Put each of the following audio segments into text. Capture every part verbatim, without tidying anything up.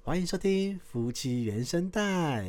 欢迎收听夫妻原声带。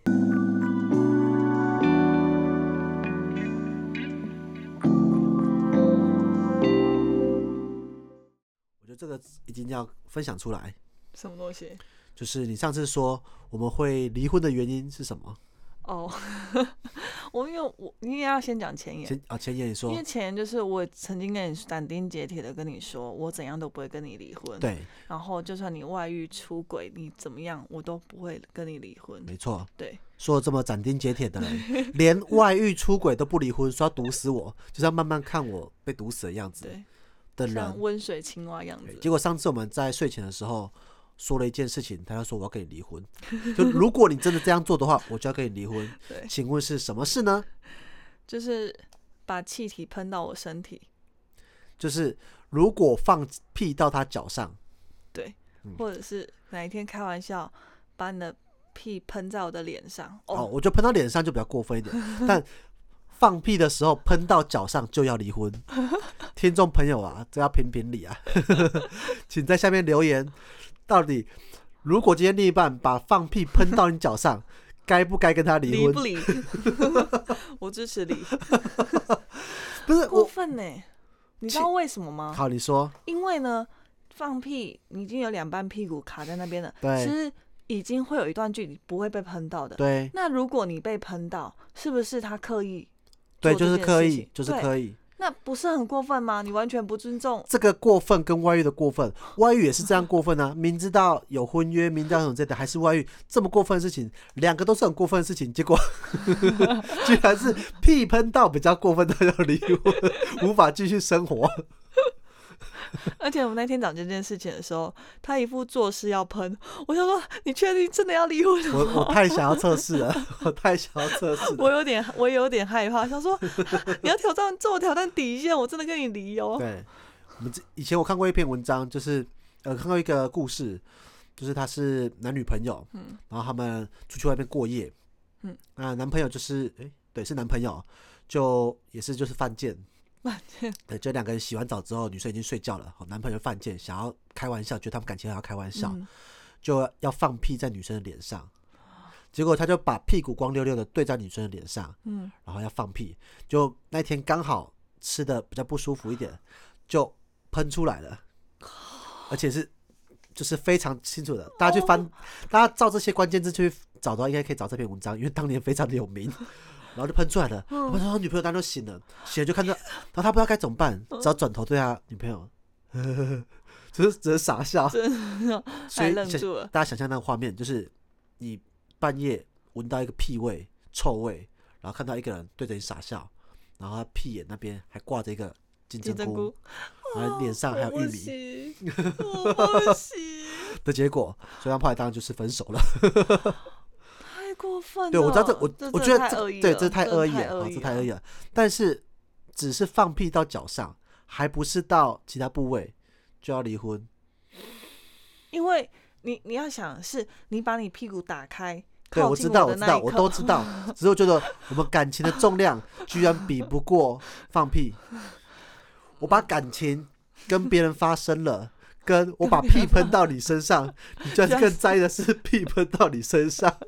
我觉得这个一定要分享出来。 什么东西？ 就是你上次说我们会离婚的原因是什么？ 哦，我因为我你也要先讲前言。 前啊，前言你说， 因为前言就是我曾经跟你斩钉截铁的跟你说，我怎样都不会跟你离婚。 对， 然后就算你外遇出轨，你怎么样，我都不会跟你离婚。 没错。 对， 说这么斩钉截铁的人，连外遇出轨都不离婚，说要毒死我，就是要慢慢看我被毒死的样子的人， 像温水青蛙样子。 结果上次我们在睡前的时候说了一件事情，他就说我要跟你离婚。就如果你真的这样做的话，我就要跟你离婚。 对，请问是什么事呢？ 就是把气体喷到我身体。 就是如果放屁到他脚上， 对，嗯、或者是哪一天开玩笑把你的屁喷在我的脸上。哦， 哦我觉得喷到脸上就比较过分一点，但放屁的时候喷到脚上就要离婚。听众朋友啊，这要评评理啊。请在下面留言，到底如果今天另一半把放屁喷到你脚上，该不该跟他离婚？ 离不离？我支持离。 不是过分呢、欸？你知道为什么吗？ 好，你说。 因为呢，放屁你已经有两半屁股卡在那边了， 对， 其实已经会有一段距离不会被喷到的。 对。 那如果你被喷到，是不是他刻意？ 对，就是刻意，就是刻意。 那不是很过分吗？你完全不尊重。 这个过分跟外遇的过分，外遇也是这样过分啊！明知道有婚约，明知道什么之类的，还是外遇，这么过分的事情，两个都是很过分的事情，结果居然是屁喷到比较过分的要离婚，无法继续生活。 而且我们那天讲这件事情的时候，他一副做事要喷，我想说，你确定真的要离婚吗？ 我我太想要测试了，我太想要测试了。 我有点，我有点害怕，想说你要挑战，自我挑战底线，我真的跟你离哦。 对，我们以前我看过一篇文章，就是呃看过一个故事，就是他是男女朋友，嗯，然后他们出去外面过夜，嗯，那男朋友就是哎对是男朋友，就也是就是犯贱。对，就两个人洗完澡之后，女生已经睡觉了，男朋友犯贱，想要开玩笑，觉得他们感情还要开玩笑，嗯、就要放屁在女生的脸上。结果他就把屁股光溜溜的对在女生的脸上，嗯，然后要放屁。就那天刚好吃的比较不舒服一点，就喷出来了，而且是就是非常清楚的。大家去翻，哦、大家照这些关键字去找到，应该可以找这篇文章，因为当年非常的有名。然后就喷出来了，嗯、他说女朋友当时就醒了，醒了就看到，然后他不知道该怎么办，只好转头对他女朋友，呵呵呵只是只是傻笑， 所以愣住了。 大家想象那个画面，就是你半夜闻到一个屁味、臭味，然后看到一个人对着你傻笑，然后他屁眼那边还挂着一个金针菇，然后脸上还有玉米， 我不行的结果，所以他后来当然就是分手了。 太过分了！ 对，我知道这，我这我觉得这对这太恶意了， 了， 这太恶意了。但是只是放屁到脚上，还不是到其他部位就要离婚？ 因为你你要想，是你把你屁股打开， 对，我知道，我知道，我都知道。只是我觉得我们感情的重量居然比不过放屁。我把感情跟别人发生了，跟我把屁喷到你身上，你居然更在意的是屁喷到你身上。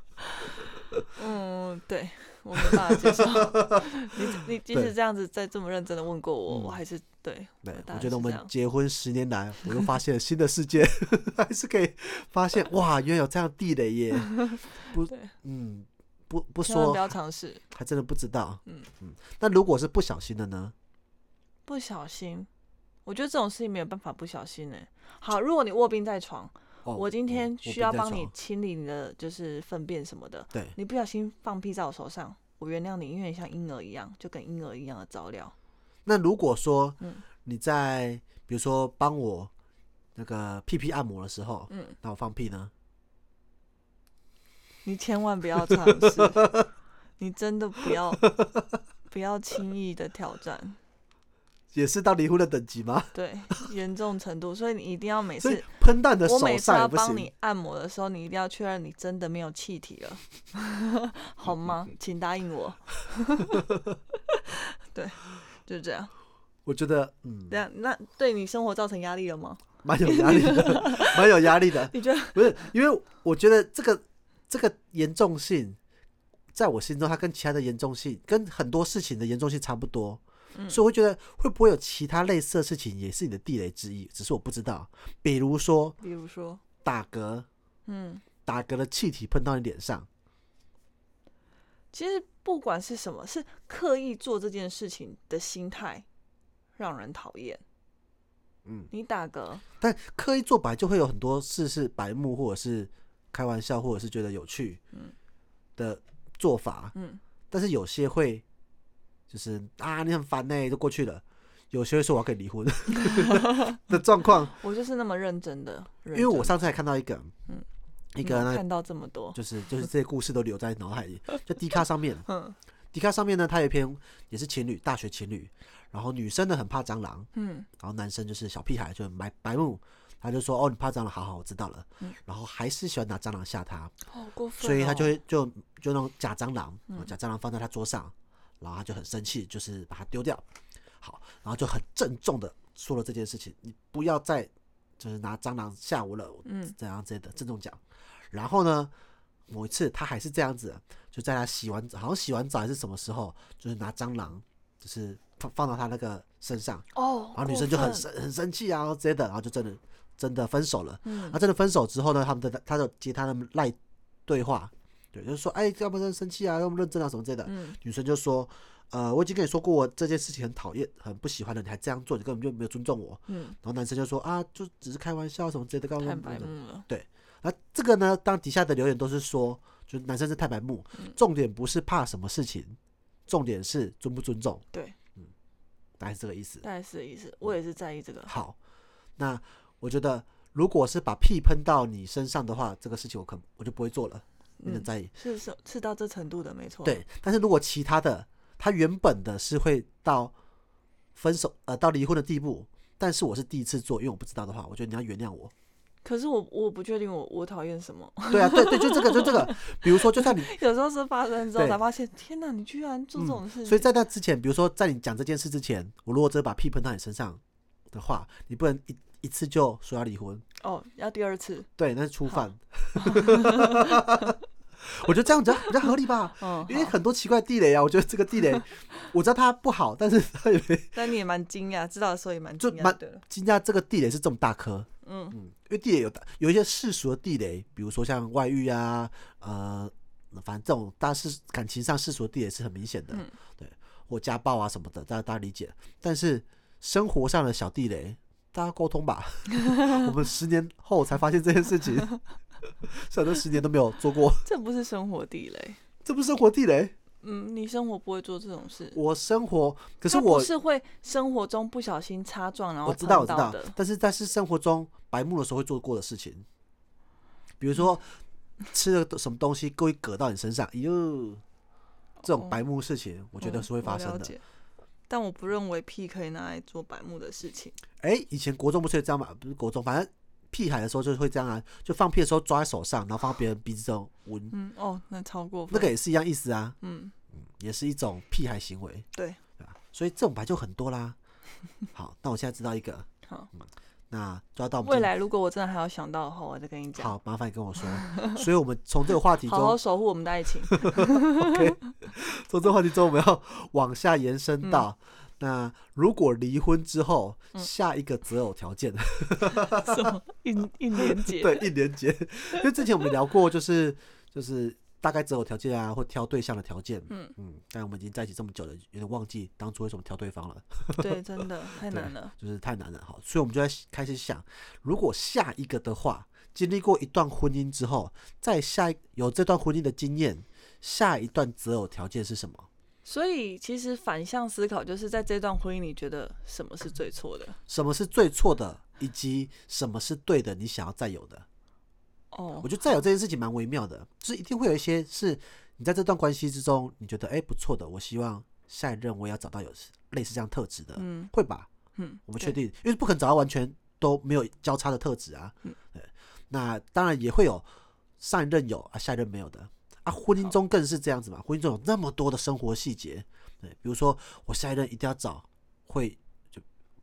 嗯，对，我没办法接受。你你即使这样子再这么认真的问过我，我还是对。 对，我觉得我们结婚十年来，我又发现了新的世界，还是可以发现哇，原来有这样地雷耶！不，嗯，不不说， 不要尝试， 还真的不知道。嗯嗯，那如果是不小心的呢？ 不小心，我觉得这种事情没有办法不小心呢。好，如果你卧病在床。哦、我今天需要帮你清理你的就是粪便什么的， 对， 你不小心放屁在我手上，我原谅你，因为你像婴儿一样，就跟婴儿一样的照料。 那如果说你在、嗯、比如说帮我那个屁屁按摩的时候，嗯，那我放屁呢？ 你千万不要尝试，你真的不要不要轻易的挑战。 也是到离婚的等级吗？ 对，严重程度，所以你一定要每次喷到你的手上， 我每次要帮你按摩的时候，你一定要确认你真的没有气体了，好吗？请答应我。对，就这样。 我觉得，嗯， 对啊，那对你生活造成压力了吗？ 蛮有压力的，蛮有压力的。 你觉得不是？因为我觉得这个这个严重性，在我心中，它跟其他的严重性，跟很多事情的严重性差不多。嗯、所以我会觉得，会不会有其他类似的事情也是你的地雷之一？只是我不知道。比如说， 比如说打嗝， 嗯， 打嗝的气体喷到你脸上。 其实不管是什么，是刻意做这件事情的心态让人讨厌。嗯，你打嗝， 但刻意做本来就会有很多事是白目，或者是开玩笑，或者是觉得有趣的做法。嗯，但是有些会就是啊，你很烦呢、欸，就过去了。有些会说我要跟你离婚的状况。 我就是那么认真的， 因为我上次还看到一个，嗯。一个呢， 看到这么多， 就是就是这些故事都留在脑海里。就 D 卡上面，嗯 ，D 卡上面呢，它有一篇也是情侣，大学情侣，然后女生呢很怕蟑螂，嗯，然后男生就是小屁孩，就白白目，他就说哦你怕蟑螂，好好我知道了，嗯，然后还是喜欢拿蟑螂吓他， 好过分、哦， 所以他就会就就那种假蟑螂，嗯、假蟑螂放在他桌上，然后他就很生气，就是把它丢掉，好，然后就很郑重的说了这件事情，你不要再就是拿蟑螂吓我了，嗯，这样之类的郑重讲。然后呢，某一次他还是这样子，就在他洗完好像洗完澡还是什么时候，就是拿蟑螂，就是放放到他那个身上， 哦， 然后女生就很生很生气啊之类的，然后就真的真的分手了。嗯，他真的分手之后呢，他们的他就接他的赖对话，对，就是说，哎，要不然生气啊，要不认真啊什么之类的。嗯，女生就说，呃，我已经跟你说过，我这件事情很讨厌、很不喜欢的，你还这样做，你根本就没有尊重我。嗯，然后男生就说啊，就只是开玩笑什么之类的，告诉我。 太白目了。 对。那这个呢？当底下的留言都是说，就是男生是太白目，嗯、重点不是怕什么事情，重点是尊不尊重。 对， 嗯，大概是这个意思。 大概是这个意思，我也是在意这个。 好，那我觉得，如果是把屁喷到你身上的话，这个事情我可我就不会做了，你很在意。 嗯、是是到这程度的，没错。 对，但是如果其他的，他原本的是会到分手呃到离婚的地步，但是我是第一次做，因为我不知道的话，我觉得你要原谅我。 可是我我不确定我我讨厌什么。 对啊，对对，就这个就这个，比如说，就算你有时候是发生之后才发现，天哪，你居然做这种事情、嗯。 所以在那之前，比如说在你讲这件事之前，我如果真的把屁喷到你身上的话，你不能一一次就说要离婚。 哦，要第二次。 对，那是初犯。我觉得这样比较比较合理吧，嗯、因为很多奇怪的地雷啊，我觉得这个地雷我知道它不好，但是它也但你也蛮惊讶，知道的时候也蛮惊讶的， 惊讶这个地雷是这么大颗，嗯嗯，因为地雷有有一些世俗的地雷，比如说像外遇啊，呃，反正这种大世感情上世俗的地雷是很明显的，嗯、对，或家暴啊什么的，大家大家理解，但是生活上的小地雷，大家沟通吧，我们十年后才发现这件事情。虽然这十年都没有做过， 这不是生活地雷， 这不是生活地雷。 嗯，你生活不会做这种事。 我生活，可是我不是会生活中不小心擦撞然后我知道我知道，但是但是生活中白目的时候会做过的事情，比如说、嗯、吃了什么东西故意搁到你身上，哎呦，这种白目事情，我觉得是会发生的。 哦、我但我不认为屁可以拿来做白目的事情。 哎、欸，以前国中不是这样嘛？不是国中，反正。屁孩的时候就会这样啊，就放屁的时候抓在手上，然后放到别人鼻子中闻。 嗯，哦，那超过分。 那个也是一样意思啊。嗯嗯，也是一种屁孩行为。 对， 对吧？所以这种牌就很多啦。好，那我现在知道一个。好，嗯、那抓到我们未来如果我真的还要想到的话，我再跟你讲。 好，麻烦你跟我说。所以我们从这个话题中好好守护我们的爱情。 OK， 从这个话题中我们要往下延伸到。嗯那如果离婚之后，嗯、下一个择偶条件什么硬硬连结？ 对，硬连结。因为之前我们聊过，就是就是大概择偶条件啊，或挑对象的条件。嗯嗯，但我们已经在一起这么久了，有点忘记当初为什么挑对方了。 对，真的太难了， 就是太难了。好，所以我们就在开始想，如果下一个的话，经历过一段婚姻之后，再下一有这段婚姻的经验，下一段择偶条件是什么？ 所以其实反向思考，就是在这段婚姻，你觉得什么是最错的？ 什么是最错的，以及什么是对的？你想要再有的？哦，我觉得再有这件事情蛮微妙的，就是一定会有一些是你在这段关系之中，你觉得哎、欸、不错的，我希望下一任我也要找到有类似这样特质的，嗯，会吧？嗯，我不确定，因为不可能找到完全都没有交叉的特质啊。嗯，对，那当然也会有上一任有啊，下一任没有的。啊，婚姻中更是这样子嘛，婚姻中有那么多的生活细节，对，比如说我下一任一定要找会就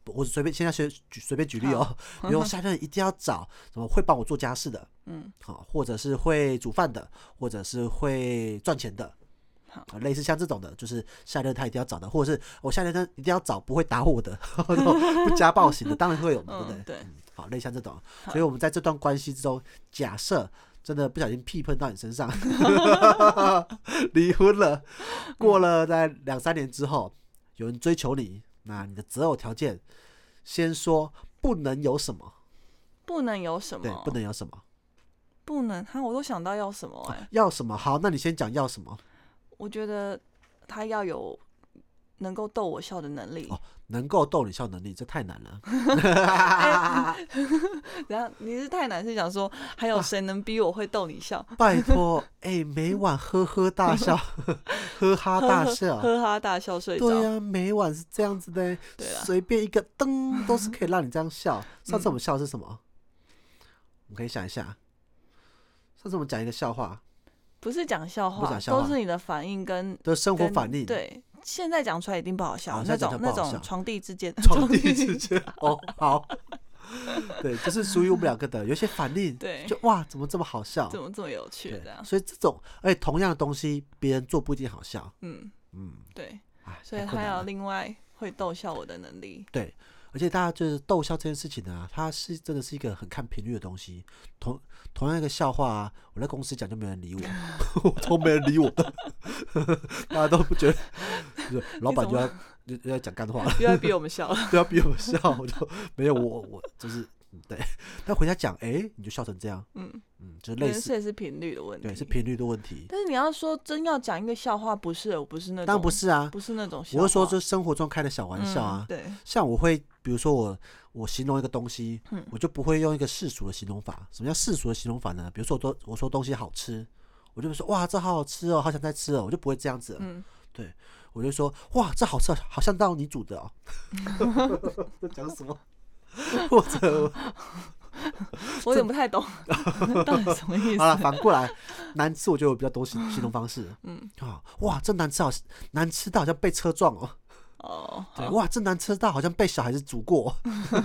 我随便现在随随便举例哦，比如我下一任一定要找什么会帮我做家事的，嗯，好，或者是会煮饭的，或者是会赚钱的。类似像这种的，就是下一任他一定要找的，或者是我下一任一定要找不会打我的，不家暴型的，当然会有嘛，对不对？ 嗯、对、 嗯，好，类似像这种，所以我们在这段关系之中，假设真的不小心屁碰到你身上，离婚了，过了在两三年之后，有人追求你，那你的择偶条件，先说不能有什么， 不能有什么， 对，不能有什么， 不能，哈，我都想到要什么哎、欸， 要什么？好，那你先讲要什么。 我觉得他要有能够逗我笑的能力。 哦，能够逗你笑能力，这太难了。 欸、然后你是太难，是想说还有谁能逼我会逗你笑？ 啊、拜托，哎、欸，每晚呵呵大笑，呵哈大笑， 呵哈大笑睡着。 对啊，每晚是这样子的，随便一个灯都是可以让你这样笑。上次我们笑的是什么？嗯、我们可以想一下，上次我们讲一个笑话。 不是讲笑话，都是你的反应跟都是生活反应。 对，现在讲出来一定不好笑， 哦、 那种那种床地之间， 床地之间哦，好，对，就是属于我们两个的，有些反应， 对， 就哇，怎么这么好笑， 怎么这么有趣，这样。 所以这种，而且同样的东西，别人做不一定好笑， 嗯嗯， 对，所以他要另外会逗笑我的能力， 对。而且大家就是逗笑这件事情呢、啊，它是真的是一个很看频率的东西。同同样一个笑话啊，我在公司讲就没人理我，我都没人理我的，大家都不觉得，就是老板就要就要讲干话了， 又要逼我们笑了， 就要逼我们笑，我就没有我我就是对。但回家讲，哎、欸，你就笑成这样，嗯嗯，就是类似， 这也是频率的问题， 对，是频率的问题。 但是你要说真要讲一个笑话，不是，我不是那种， 当然不是啊， 不是那种笑话， 我是说，就是生活中开的小玩笑啊， 嗯、对， 像我会。比如说我我形容一个东西，嗯、我就不会用一个世俗的形容法。什么叫世俗的形容法呢？比如说我都我说东西好吃，我就会说哇这好好吃哦，好想再吃哦，我就不会这样子。嗯，对，我就说哇这好吃，好像到你煮的哦。在讲什么？或者我有点不太懂，到底什么意思？ 好了，反过来难吃，我就有比较多形形容方式。嗯啊，哇这难吃好难吃到好像被车撞哦。 哦， 对，哇，这难吃到好像被小孩子煮过，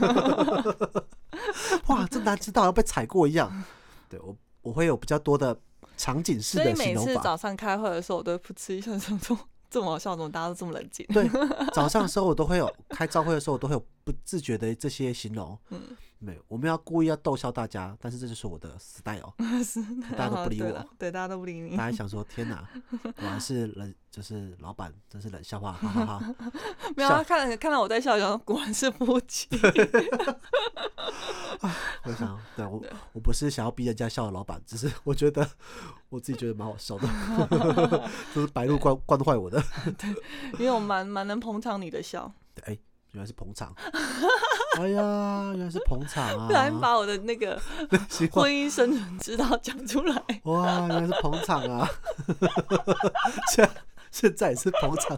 哇，这难吃到好像被踩过一样。对我，我会有比较多的场景式的形容法。 所以每次早上开会的时候，我都会噗嗤一下，说这么这么好笑，怎么大家都这么冷静？ 对，早上的时候我都会有开朝会的时候，我都会有不自觉的这些形容。嗯，没有，我们要故意要逗笑大家，但是这就是我的 style，大家都不理我， 对, 对，大家都不理你。 大家想说，天哪，果然是冷，就是老板，真是冷笑话，哈哈哈。 没有，他看看到我在笑，想果然是夫妻。 我想，对我我不是想要逼人家笑的老板，只是我觉得我自己觉得蛮好笑的，就是白鹿惯惯坏我的。 对，因为我蛮蛮能捧场你的笑。 对，哎、欸，原来是捧场。哎呀，原来是捧场啊！ 不然把我的那个婚姻生存之道讲出来。 哇，原来是捧场啊！现现在也是捧场。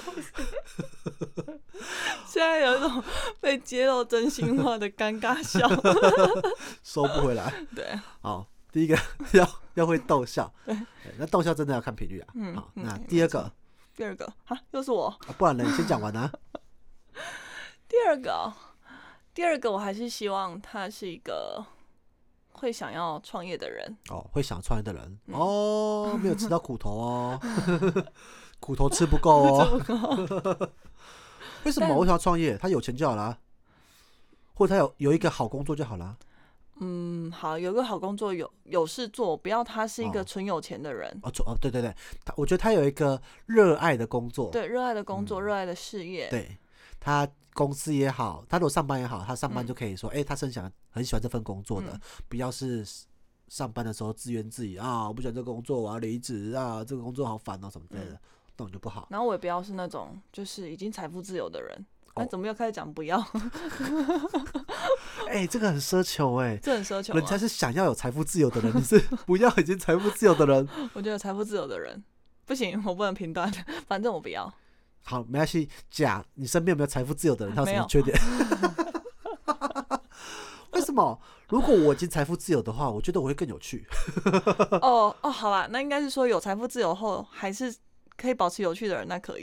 现在有一种被揭露真心话的尴尬笑， 收不回来。 对， 好，第一个要要会逗笑，对，那逗笑真的要看频率啊。嗯，好，那第二个， 第二个啊，又是我， 啊、不然呢，你先讲完啊。 第二个、哦，第二个，我还是希望他是一个会想要创业的人。 哦，会想创业的人、嗯、哦，没有吃到苦头哦，苦头吃不够哦。 吃不够为什么我想要创业？他有钱就好啦，或者他有有一个好工作就好啦。 嗯，好，有一个好工作，有有事做，不要他是一个纯有钱的人。 哦，哦，对对对，他我觉得他有一个热爱的工作， 对，热爱的工作，热、嗯、爱的事业。 对，他公司也好，他如果上班也好，他上班就可以说，哎、嗯欸，他是很想很喜欢这份工作的，嗯、不要是上班的时候自怨自艾啊，我不喜欢这个工作，我要离职啊，这个工作好烦哦、啊，什么之类的。嗯，那种就不好。 然后我也不要是那种就是已经财富自由的人。哎、哦，怎么又开始讲不要？ 哎、欸，这个很奢求哎、欸， 这很奢求。 人家是想要有财富自由的人，你是不要已经财富自由的人。 我觉得财富自由的人不行，我不能评断，反正我不要。 好，没关系。假你身边有没有财富自由的人？他有什么缺点？为什么？如果我已经财富自由的话，我觉得我会更有趣。 哦哦，好啦，那应该是说有财富自由后还是可以保持有趣的人，那可以。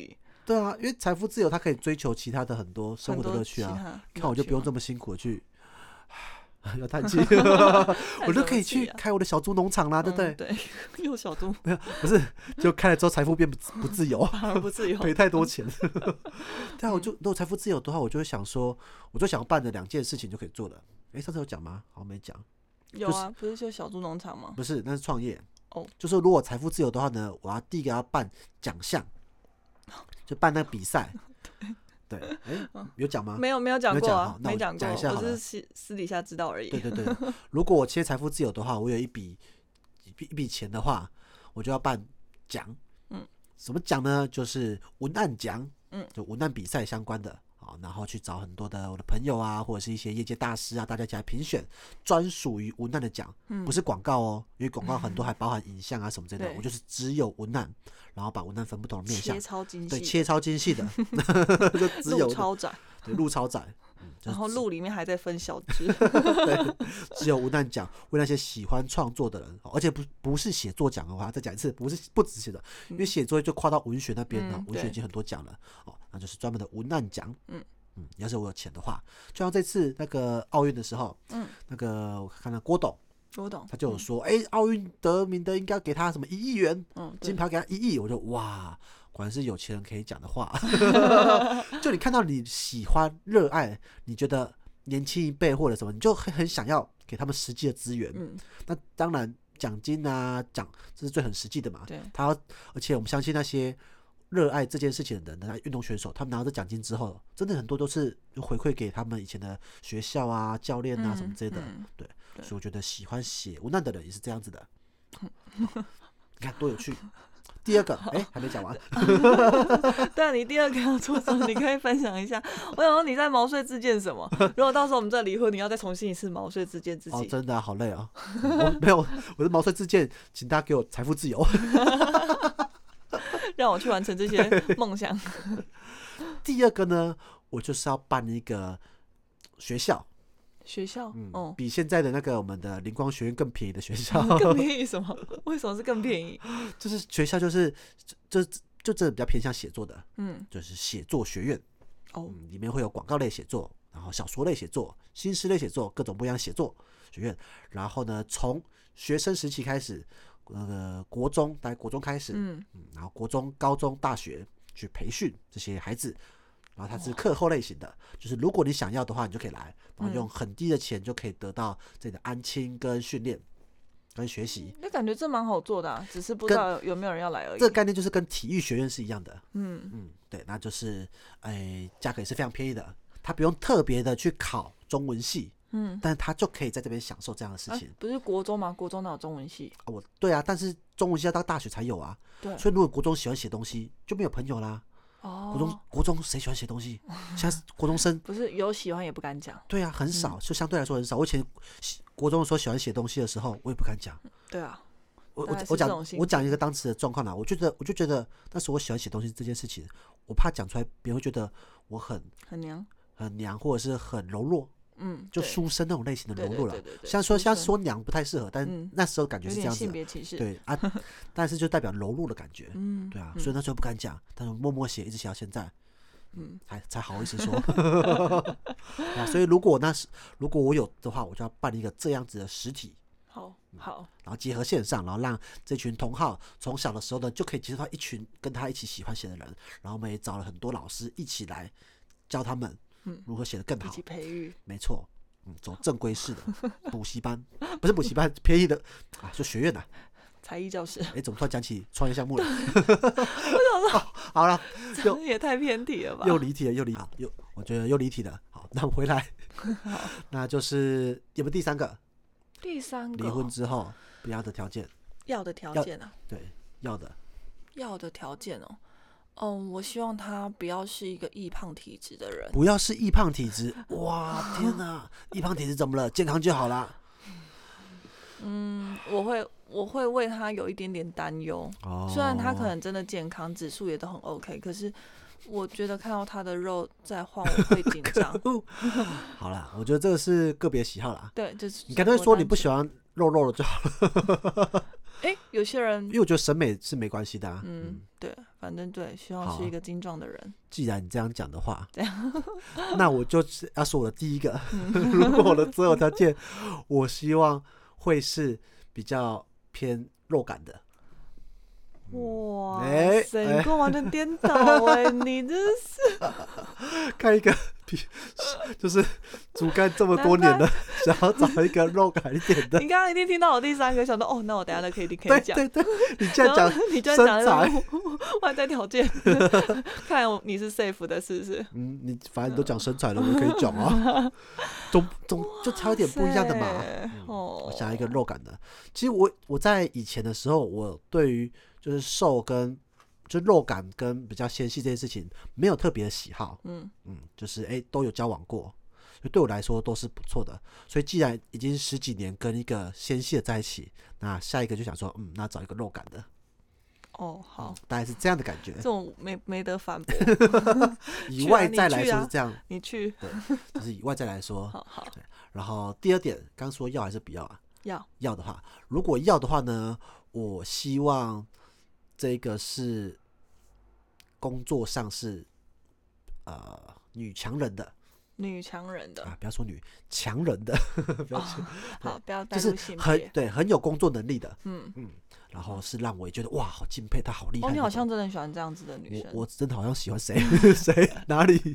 对啊，因为财富自由，他可以追求其他的很多生活的乐趣啊。看我就不用这么辛苦的去，要叹气，我就可以去开我的小猪农场啦，对不对？ 嗯、对，有小猪， 没有，不是，就开了之后财富变不不自由， 反而不自由， 赔太多钱。对啊，我就如果财富自由的话，我就会想说，我就想办的两件事情就可以做了。哎，上次有讲吗？好，没讲。 有啊，就是、不是就小猪农场吗？ 不是，那是创业。 哦， 就是如果财富自由的话呢，我要第一个要办奖项，就办那个比赛。对，哎、欸，有讲吗？ 没有，没有讲过啊，没讲过。 我只是私底下知道而已。 对对对，如果我现在财富自由的话，我有一笔一笔一笔钱的话，我就要办奖。嗯，什么奖呢？就是文案奖。嗯，就文案比赛相关的。然后去找很多的我的朋友啊，或者是一些业界大师啊，大家一起来评选专属于文案的奖、嗯，不是广告哦，因为广告很多还包含影像啊什么之类的，我就是只有文案，然后把文案分不同的面向， 切超精细， 对，切超精细的，就只有路超窄， 对，路超窄。嗯、 然后路里面还在分小支， 对，只有文案奖为那些喜欢创作的人，而且不不是写作奖的话，再讲一次，不是不只写的，因为写作就跨到文学那边了、嗯，文学已经很多奖了，哦，那就是专门的文案奖。嗯嗯，要是我有钱的话，就像这次那个奥运的时候，嗯，那个我看到郭董。 郭董他就有说，哎、嗯，奥运得名的应该给他什么一亿元，嗯，金牌给他一亿，我就哇，果然是有钱人可以讲的话。就你看到你喜欢、热爱，你觉得年轻一辈或者什么，你就很很想要给他们实际的资源。嗯，那当然奖金啊，奖这是最很实际的嘛。 对， 他而且我们相信那些热爱这件事情的人，那运动选手，他们拿到奖金之后，真的很多都是回馈给他们以前的学校啊、教练啊什么之类的，嗯嗯、对。所以我觉得喜欢写文案的人也是这样子的，你看多有趣。第二个，哎、欸，还没讲完。 对啊，你第二个要做什么？你可以分享一下。我想说你在毛遂自荐什么？如果到时候我们再离婚，你要再重新一次毛遂自荐自己。 哦，真的、啊、好累啊！我没有，我是毛遂自荐，请大家给我财富自由， 让我去完成这些梦想。 第二个呢，我就是要办一个学校。 学校，嗯、哦， 比现在的那个我们的灵光学院更便宜的学校。 更便宜什么？为什么是更便宜？ 就是学校就是就就真的比较偏向写作的，嗯，就是写作学院。哦、嗯，里面会有广告类写作，然后小说类写作、新诗类写作，各种不一样的写作学院。然后呢，从学生时期开始，那个国中，大概国中开始，嗯嗯，然后国中、高中、大学去培训这些孩子。然后它是课后类型的，就是如果你想要的话，你就可以来，然后用很低的钱就可以得到这里的安亲跟训练跟学习。 那感觉这蛮好做的、啊，只是不知道有没有人要来而已。 这个概念就是跟体育学院是一样的。嗯嗯，对，那就是哎，价格也是非常便宜的，他不用特别的去考中文系，嗯，但他就可以在这边享受这样的事情。 啊、不是国中吗？国中哪有中文系？ 啊、我对啊，但是中文系要到大学才有啊。对，所以如果国中喜欢写东西，就没有朋友啦。哦，国中国中谁喜欢写东西？现在国中生不是有喜欢也不敢讲。 对啊，很少，嗯、就相对来说很少。我以前国中的时候喜欢写东西的时候，我也不敢讲。 对啊， 我我我讲我讲一个当时的状况啦，我觉得我就觉得那时候我喜欢写东西这件事情，我怕讲出来别人会觉得我很很娘很娘，或者是很柔弱。嗯，就书生那种类型的柔弱了。虽然说现在说娘不太适合，但那时候感觉是这样子。 性别歧视。 对啊，但是就代表柔弱的感觉。嗯，对啊，所以那时候不敢讲，但是默默写，一直写到现在。嗯，才才好意思说。啊，所以如果那时如果我有的话，我就要办一个这样子的实体。 好，好。 然后结合线上，然后让这群同好从小的时候呢，就可以接触到一群跟他一起喜欢写的人。然后我们也找了很多老师一起来教他们。嗯，如何写得更好？ 一起培育， 没错，嗯，走正规式的补习班，不是补习班，便宜的啊，就学院呐、啊， 才艺教室。 哎、欸，怎么突然讲起创业项目了？ 我想说， 好了， 又也太偏题了吧？ 又离题了，又离，又我觉得又离题了。好，那我们回来，那就是有没有第三个？ 第三个， 离婚之后不要的条件， 要的条件啊？ 对，要的， 要的条件哦。嗯，我希望他不要是一个易胖体质的人。 不要是易胖体质，哇，天哪！易胖体质怎么了？健康就好啦。 嗯，我会我会为他有一点点担忧。哦，虽然他可能真的健康，指数也都很 OK， 可是我觉得看到他的肉在晃，我会紧张。 好啦，我觉得这个是个别喜好啦。 对，就是你刚才说你不喜欢肉肉的就好了。 哎、欸，有些人， 因为我觉得审美是没关系的啊。 嗯，对， 反正对，希望是一个精壮的人。 既然你这样讲的话，那我就要说我的第一个，如果我的择偶条件，我希望会是比较偏肉感的。 哇欸塞，你跟我完全颠倒哎、欸！你真是看一个就是竹竿这么多年了，想要找一个肉感一点的。 你刚刚一定听到我第三个，想到哦，那我等一下就可以可以讲。 对对对，你这样讲， 你这样讲外在条件，看来你是 safe 的，是不是？ 嗯，你反正你都讲身材了，我可以讲啊，总总就挑一点不一样的嘛。嗯哦， 我想要一个肉感的。其实我我在以前的时候，我对于就是瘦跟就肉感跟比较纤细这件事情没有特别的喜好，嗯嗯，就是哎、欸、都有交往过，所以对我来说都是不错的。所以既然已经十几年跟一个纤细的在一起，那下一个就想说，嗯，那找一个肉感的。 哦，好， 大概是这样的感觉。 这种没没得反驳。 以外在来说是这样， 你去， 对，就是以外在来说， 好好。 对，然后第二点，刚说要还是不要啊？ 要要的话，如果要的话呢，我希望这个是工作上是呃女强人的， 女强人的啊，不要说女强人的，不要说、 哦、好，不要带就是入性别， 很对，很有工作能力的， 嗯嗯， 然后是让我也觉得哇，好敬佩，她好厉害。 哦，你好像真的很喜欢这样子的女生。 我我真的好像喜欢谁谁哪里？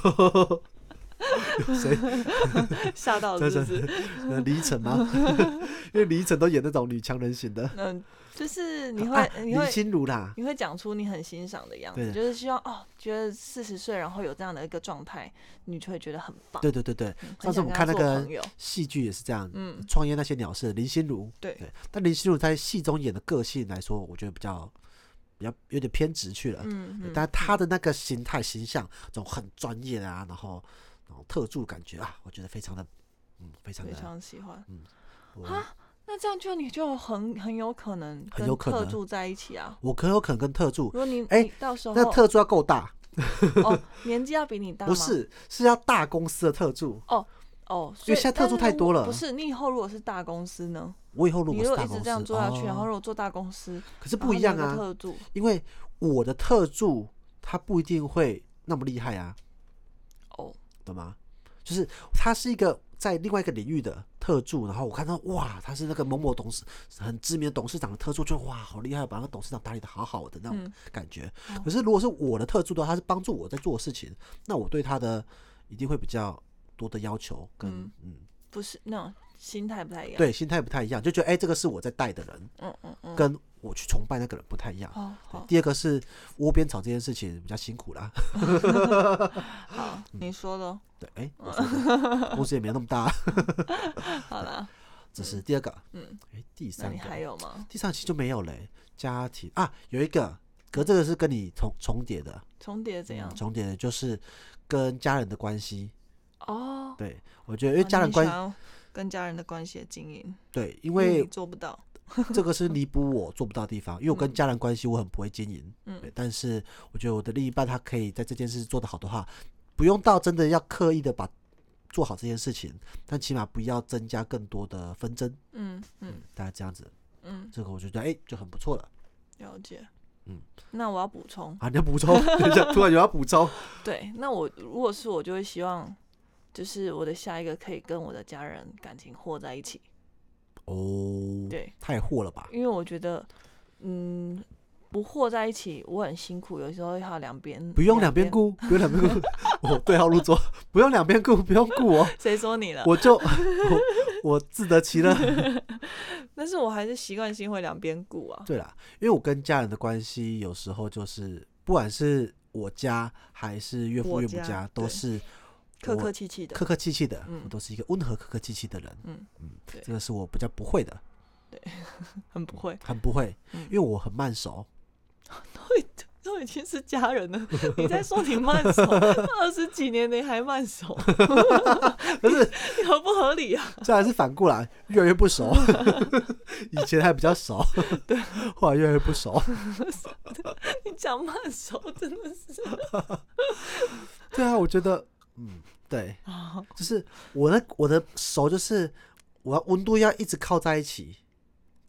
有谁吓到是不是？ 李依晨吗？因为李依晨都演那种女强人型的。 嗯，就是你会、 啊、 你会林心如啦， 你会讲出你很欣赏的样子，就是希望哦，觉得四十岁然后有这样的一个状态，你就会觉得很棒。 对对对对， 嗯、 上次我们看那个戏剧也是这样，嗯，创业那些鸟事，林心如， 对对，但林心如在戏中演的个性来说，我觉得比较。比较有点偏执去了，嗯嗯，但他的那个形态形象，这种很专业啊，然后然后特助感觉啊，我觉得非常的，嗯，非常的非常喜欢， 嗯， 啊，那这样就你就很很有可能跟特助在一起啊， 我很有可能跟特助， 如果你哎、欸、到时候那特助要够大， 哦，年纪要比你大吗？ 不是，是要大公司的特助哦。哦， 因为现在特助太多了。 不是，你以后如果是大公司呢？ 我以后如果是大公司， 你如果一直这样做下去，哦、然后如果做大公司， 可是不一样啊。 特助， 因为我的特助他不一定会那么厉害啊。 哦， 懂吗？就是他是一个在另外一个领域的特助，然后我看到哇，他是那个某某董事很知名的董事长的特助，就哇好厉害，把那个董事长打理的好好的那种感觉。嗯、可是如果是我的特助的话，他是帮助我在做事情，那我对他的一定会比较多的要求跟嗯。嗯不是那种心态不太一样， 对，心态不太一样，就觉得哎、欸，这个是我在带的人， 嗯嗯嗯， 跟我去崇拜那个人不太一样。 哦、好， 第二个是窝边草这件事情比较辛苦啦。 好，你说的。 对，哎、欸，我说的公司也没那么大。 好啦， 这是第二个。嗯，哎、欸，第三个你还有吗？ 第三期就没有嘞、欸。家庭啊，有一个，可这个是跟你重重叠的。 重叠怎样？ 嗯、重叠的就是跟家人的关系。 哦， 对，我觉得因为家人关系、 哦、跟家人的关系的经营， 对，因为你做不到， 这个是弥补我做不到的地方。因为我跟家人关系我很不会经营，嗯，但是我觉得我的另一半他可以在这件事做得好的话，不用到真的要刻意的把做好这件事情，但起码不要增加更多的纷争，嗯嗯，大概这样子，嗯，这个我觉得哎、欸、就很不错了， 了解。嗯，那我要补充啊，你要补充，突然有要补充， 对，那我如果是我就会希望。就是我的下一个可以跟我的家人感情和在一起。 哦， 对， 太和了吧？ 因为我觉得，嗯，不和在一起，我很辛苦，有时候要两边。 不用两边顾，不用两边顾，我对号入座，不用两边顾，不用顾哦。 谁说你了？ 我就我, 我自得其乐。 但是我还是习惯性会两边顾啊。 对啦，因为我跟家人的关系有时候就是，不管是我家还是岳父岳母家，都是。 客客气气的， 客客气气的，嗯、我都是一个温和客客气气的人。嗯嗯，这个是我比较不会的。 对，很不会， 很不会，嗯、因为我很慢熟。 都都已经是家人了，你在说你慢熟，二十几年你还慢熟， 不是合不合理啊？ 这还是反过来，越来越不熟。以前还比较熟， 对， 后来越来越不熟。 你讲慢熟真的是。 对啊，我觉得。嗯，对，就是我的我的手就是我要温度要一直靠在一起，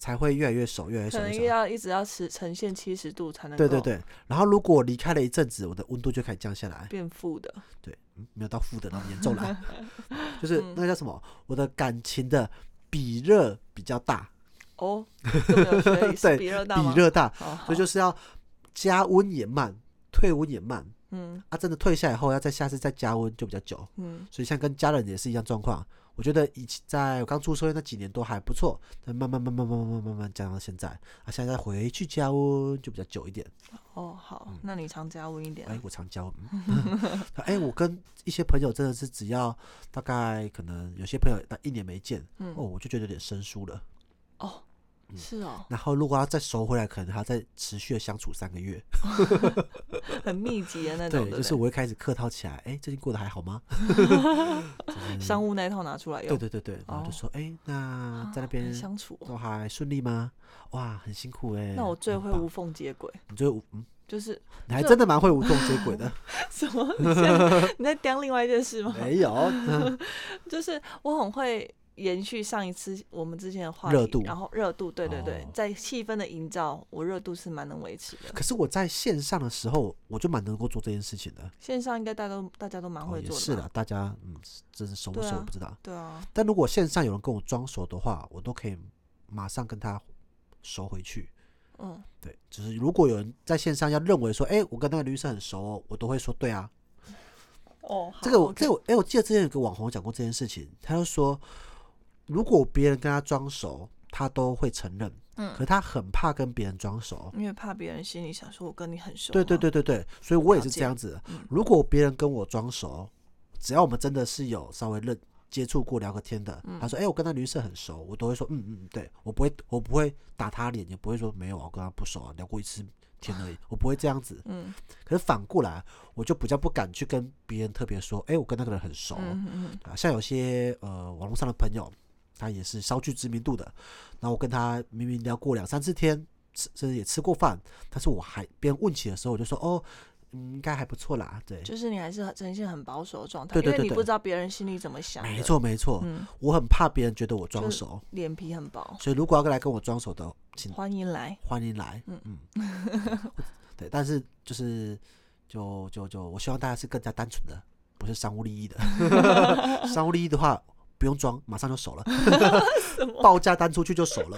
才会越来越熟，越来越熟。 可能要一直要持呈现七十度才能够。 对对对，然后如果离开了一阵子，我的温度就开始降下来， 变负的。 对，嗯、没有到负的那么严重啦，就是那个叫什么，我的感情的比热比较大。 哦，这么有学理，是比热大吗？ 比热大， 好好所以就是要加温也慢，退温也慢。 嗯， 啊，真的退下来后，要再下次再加温就比较久。 嗯， 所以像跟家人也是一样状况。我觉得以前在我刚出社会那几年都还不错，但慢慢慢慢慢慢慢慢慢加到现在，啊，现在回去加温就比较久一点。 哦，好，嗯、那你常加温一点、啊。 哎、欸，我常加温。哎、欸，我跟一些朋友真的是只要大概可能有些朋友一年没见，嗯、哦，我就觉得有点生疏了。 哦。是哦， 然后如果要再熟回来，可能还要再持续的相处三个月， 很密集的那种。 对，就是我会开始客套起来，哎，最近过得还好吗？ 商务那一套拿出来用。 对对对对，然后就说，哎、哦，那在那边相处都还顺利吗？哇，很辛苦哎。 那我最会无缝接轨。 你最会嗯， 就是你还真的蛮会无缝接轨的。 什么？你在你在讲另外一件事吗？ 没有，嗯、 就是我很会。延续上一次我们之前的话题， 热度， 然后热度，对对对， 哦、 在气氛的营造，我热度是蛮能维持的。 可是我在线上的时候，我就蛮能够做这件事情的。 线上应该大家都大家都蛮会做的、哦。 是的，大家嗯，真是熟不熟我不知道。 对啊。 但如果线上有人跟我装熟的话，我都可以马上跟他熟回去。 嗯， 对，就是如果有人在线上要认为说，哎、欸，我跟那个女生很熟、哦，我都会说对啊。 哦， 这个我、 okay、 这个哎、欸，我记得之前有个网红讲过这件事情，他就说。如果别人跟他装熟，他都会承认。嗯，可是他很怕跟别人装熟， 因为怕别人心里想说我跟你很熟。 对对对对对，所以我也是这样子。嗯、如果别人跟我装熟，只要我们真的是有稍微认接触过聊个天的，嗯、他说：“哎、欸，我跟那女生很熟。”我都会说：“嗯嗯，对。”我不会，我不会打他脸，也不会说没有，我跟他不熟啊，聊过一次天而已，我不会这样子。嗯，可是反过来，我就比较不敢去跟别人特别说：“哎、欸，我跟那个人很熟。嗯”嗯嗯，像有些呃网络上的朋友。他也是稍具知名度的，然后我跟他明明聊过两三次天，甚至也吃过饭，但是我还别人问起的时候，我就说哦，嗯，应该还不错啦，对， 就是你还是呈现很保守的状态， 对对对对， 因为你不知道别人心里怎么想的， 没错没错，嗯，我很怕别人觉得我装熟， 脸皮很薄， 所以如果要来跟我装熟的，请欢迎来， 欢迎来，嗯嗯，对，但是就是就就就我希望大家是更加单纯的，不是商务利益的，商务利益的话。不用装，马上就熟了。报价单出去就熟了，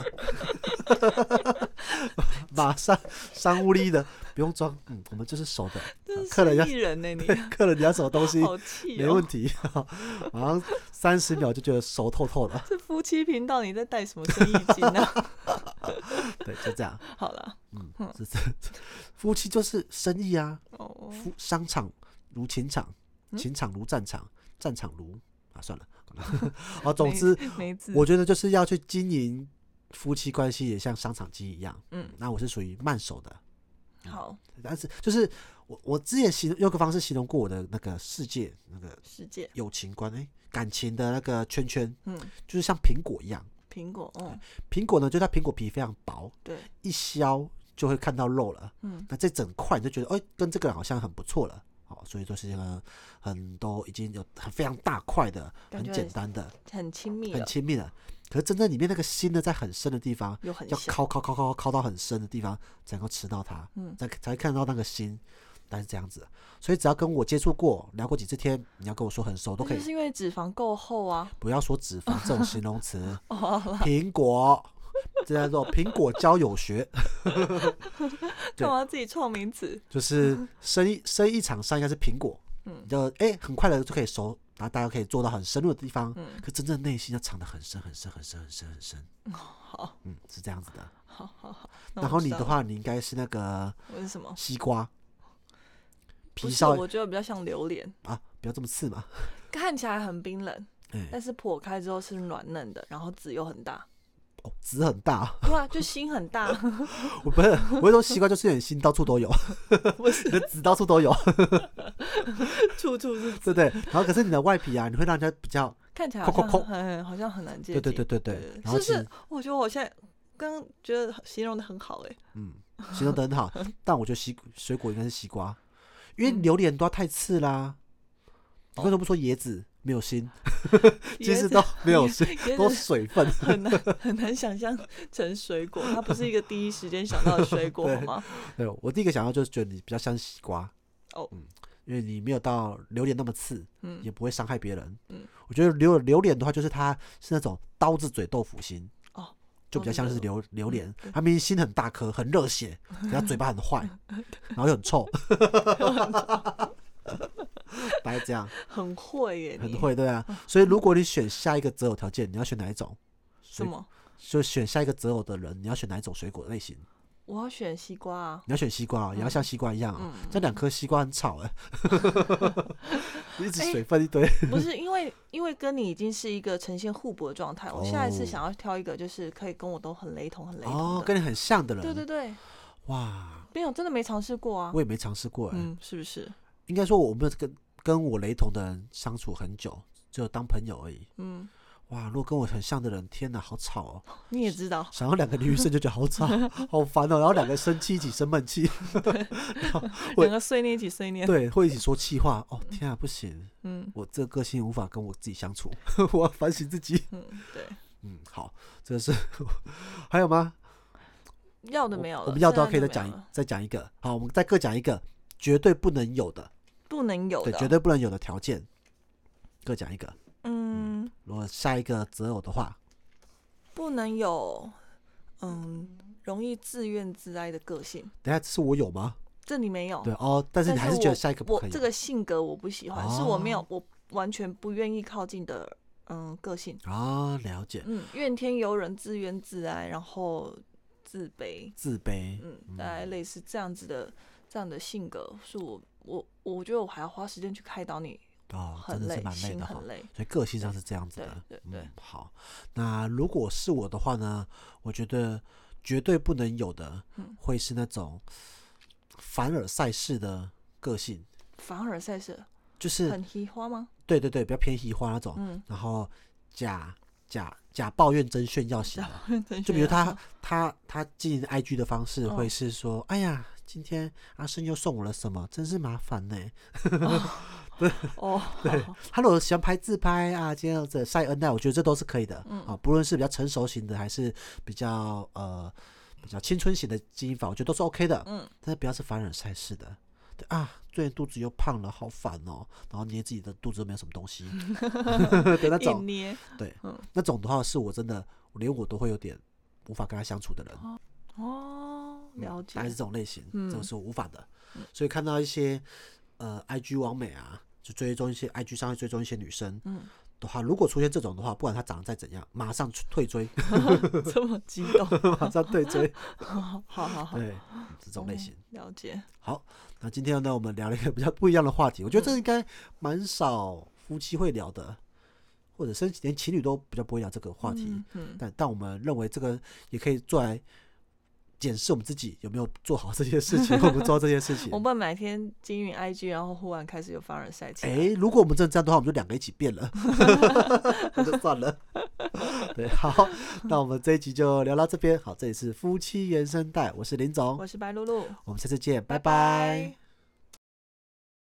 马上商务利益的不用装，嗯，我们就是熟的。客人要人呢、欸，你客人你要什么东西， 好气、哦， 没问题，马上三十秒就觉得熟透透了。 这夫妻频道你在带什么生意经啊？ 对，就这样。 好了， 嗯，是这夫妻就是生意啊。哦，商场如情场，情场如战场，战场如啊，算了。好，总之，我觉得就是要去经营夫妻关系，也像商场经营一样。嗯，那我是属于慢熟的。 好， 但是就是我我之前形容用个方式形容过我的那个世界，那个世界友情观，哎、欸，感情的那个圈圈，嗯，就是像苹果一样。 苹果，哦， 苹果呢，就它苹果皮非常薄， 对， 一削就会看到肉了。嗯，那这整块你就觉得，哎、欸，跟这个人好像很不错了。所以就是个很都已经有很非常大块的、很简单的、 很亲密、 很亲密的。可是真正里面那个心呢，在很深的地方， 要敲敲敲敲敲到很深的地方，才能够吃到它，嗯，才才会看到那个心。但是这样子，所以只要跟我接触过、聊过几次天，你要跟我说很熟都可以。 就是因为脂肪够厚啊！ 不要说脂肪这种形容词，苹果。这叫做苹果交友学。 干嘛自己创名词？ 就是生意生意场上应该是苹果，嗯，就哎、欸、很快的就可以熟，然后大家可以做到很深入的地方，嗯，可真正内心要藏得很深很深很深很深很深。 嗯、好， 嗯，是这样子的。 好好好。 然后你的话，你应该是那个我是什么？ 西瓜。 皮稍微我觉得比较像榴莲啊，不要这么刺嘛。 看起来很冰冷，欸、但是剖开之后是软嫩的，然后籽又很大。 哦，籽很大， 对啊，就心很大。 我不是，我会说西瓜就是有点心到处都有， 不是， 你的籽到处都有， 处处是籽，对对。然后可是你的外皮啊，你会让人家比较看起来好像很好像很难接近。 对对对对对。 然后是，我觉得我现在刚刚觉得形容的很好哎、欸。 嗯，形容的很好，但我觉得西水果应该是西瓜，因为榴莲都要太刺啦。你为什么不说椰子？ 没有心，其实都没有心，都水分， 很难很难想象成水果，它不是一个第一时间想到的水果，好吗？ 对，我第一个想到就是觉得你比较像西瓜， 哦， 嗯，因为你没有到榴莲那么刺， 嗯， 也不会伤害别人， 嗯， 我觉得榴榴莲的话，就是它是那种刀子嘴豆腐心， 哦， 就比较像是榴榴莲， 嗯， 它明明心很大颗，很热血，可它嘴巴很坏，然后又很臭。大概这样， 很会耶， 很会，对啊。所以如果你选下一个择偶条件，你要选哪一种？ 什么？ 就选下一个择偶的人，你要选哪一种水果类型？ 我要选西瓜啊！ 你要选西瓜、哦嗯、也要像西瓜一样啊、哦。嗯、这两颗西瓜很吵哎，一直水分一堆。 欸、不是因为因为跟你已经是一个呈现互补的状态，我下一次想要挑一个就是可以跟我都很雷同、很雷同的哦，跟你很像的人。 对对对。 哇， 没有，真的没尝试过啊。 我也没尝试过哎、 嗯，是不是？ 应该说我没有跟跟我雷同的人相处很久，只有当朋友而已。 嗯。 哇，如果跟我很像的人，天哪，好吵哦！ 你也知道， 想要两个女生就觉得好吵，好烦哦。然后两个生气一起生闷气， 两个碎念一起碎念， 对，会一起说气话。哦，天啊，不行，嗯，我这个个性无法跟我自己相处，我要反省自己。 嗯，对， 嗯，好，这是还有吗？ 要的没有了， 我们要的可以再讲再讲一个。好，我们再各讲一个绝对不能有的， 不能有的， 对，绝对不能有的条件，各讲一个。 嗯， 如果下一个择偶的话， 不能有，嗯，容易自怨自哀的个性。 等一下，这是我有吗？ 这里没有。 对哦，但是你还是觉得下一个不可以。 我这个性格我不喜欢，哦、是我没有，我完全不愿意靠近的，嗯，个性。 啊、哦，了解。 嗯，怨天尤人，自怨自哀，然后自卑， 自卑， 嗯，大概类似这样子的这样的性格，是我我我觉得我还要花时间去开导你。 哦，真的是蛮累的哈，所以个性上是这样子的。 对对对、 嗯，好。那如果是我的话呢，我觉得绝对不能有的，嗯、会是那种凡尔赛式的个性。 凡尔赛式就是很嘻花吗？ 对对对，比较偏嘻花那种。嗯、然后假假假抱怨真炫耀型的，就比如他他他经营 I G 的方式会是说，哦、哎呀，今天阿生又送我了什么，真是麻烦呢。哦对哦， 对，他如果喜欢拍自拍啊，今天这晒恩爱，我觉得这都是可以的。嗯、啊，不论是比较成熟型的，还是比较呃比较青春型的经营法，我觉得都是 OK 的。嗯，但是不要是凡尔赛式的。对啊，最近肚子又胖了，好烦哦。然后捏自己的肚子都没有什么东西的那种， 捏对，嗯、那种的话是我真的，连我都会有点无法跟他相处的人。 哦，了解， 大概是这种类型， 嗯、 这种是我无法的。嗯、所以看到一些。呃 ，I G 网美啊，就追踪一些 I G 上会追踪一些女生，嗯，的话，如果出现这种的话，不管她长得再怎样，马上退追， 这么激动， 马上退追， 好好好， 对，这种类型、 嗯、了解。 好，那今天呢，我们聊了一个比较不一样的话题，我觉得这应该蛮少夫妻会聊的，或者是连情侣都比较不会聊这个话题，嗯嗯、但但我们认为这个也可以做来。检视我们自己有没有做好这些事情，或不做这些事情。 我们哪天经营 I G， 然后忽然开始有凡尔赛起来。 哎、欸，如果我们真的这样的话，我们就两个一起变了，那就算了。对，好，那我们这一集就聊到这边。好，这里是夫妻原声带，我是林总， 我是白露露， 我们下次见，拜拜。 拜拜。